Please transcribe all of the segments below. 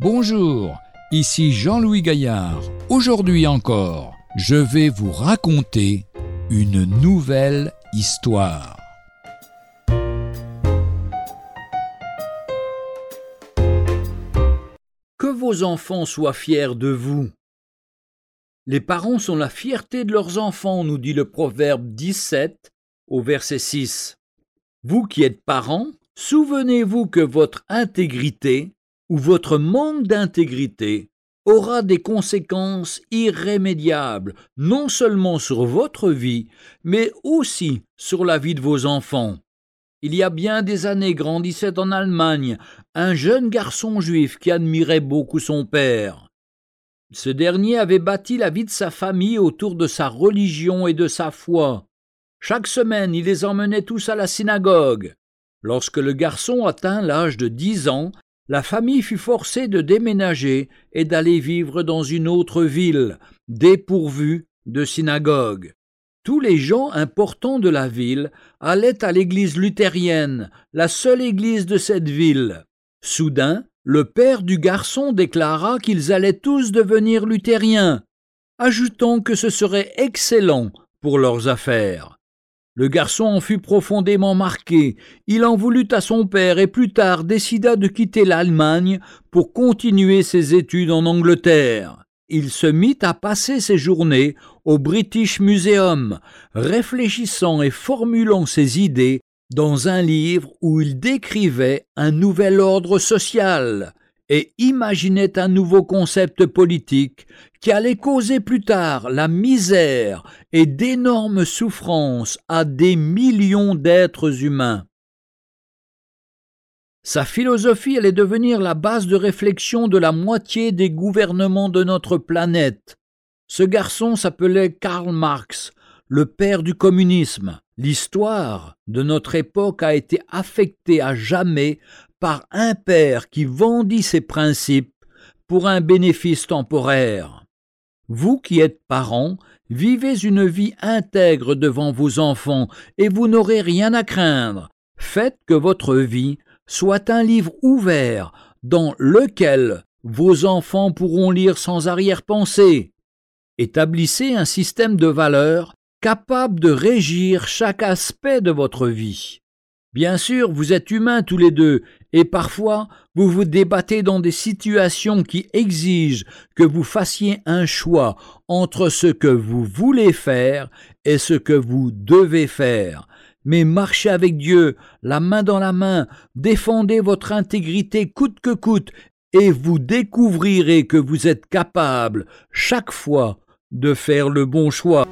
Bonjour, ici Jean-Louis Gaillard. Aujourd'hui encore, je vais vous raconter une nouvelle histoire. Que vos enfants soient fiers de vous. Les parents sont la fierté de leurs enfants, nous dit le Proverbe 17 au verset 6. Vous qui êtes parents, souvenez-vous que votre intégrité ou votre manque d'intégrité aura des conséquences irrémédiables, non seulement sur votre vie, mais aussi sur la vie de vos enfants. Il y a bien des années grandissait en Allemagne un jeune garçon juif qui admirait beaucoup son père. Ce dernier avait bâti la vie de sa famille autour de sa religion et de sa foi. Chaque semaine, il les emmenait tous à la synagogue. Lorsque le garçon atteint l'âge de 10 ans, la famille fut forcée de déménager et d'aller vivre dans une autre ville, dépourvue de synagogue. Tous les gens importants de la ville allaient à l'église luthérienne, la seule église de cette ville. Soudain, le père du garçon déclara qu'ils allaient tous devenir luthériens, ajoutant que ce serait excellent pour leurs affaires. Le garçon en fut profondément marqué. Il en voulut à son père et plus tard décida de quitter l'Allemagne pour continuer ses études en Angleterre. Il se mit à passer ses journées au British Museum, réfléchissant et formulant ses idées dans un livre où il décrivait un nouvel ordre social et imaginait un nouveau concept politique qui allait causer plus tard la misère et d'énormes souffrances à des millions d'êtres humains. Sa philosophie allait devenir la base de réflexion de la moitié des gouvernements de notre planète. Ce garçon s'appelait Karl Marx, le père du communisme. L'histoire de notre époque a été affectée à jamais par un père qui vendit ses principes pour un bénéfice temporaire. Vous qui êtes parents, vivez une vie intègre devant vos enfants et vous n'aurez rien à craindre. Faites que votre vie soit un livre ouvert dans lequel vos enfants pourront lire sans arrière-pensée. Établissez un système de valeurs capable de régir chaque aspect de votre vie. Bien sûr, vous êtes humains tous les deux, et parfois vous vous débattez dans des situations qui exigent que vous fassiez un choix entre ce que vous voulez faire et ce que vous devez faire. Mais marchez avec Dieu, la main dans la main, défendez votre intégrité coûte que coûte, et vous découvrirez que vous êtes capable, chaque fois, de faire le bon choix.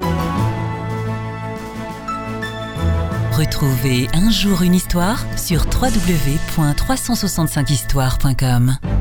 Retrouvez Un jour une histoire sur www.365histoire.com.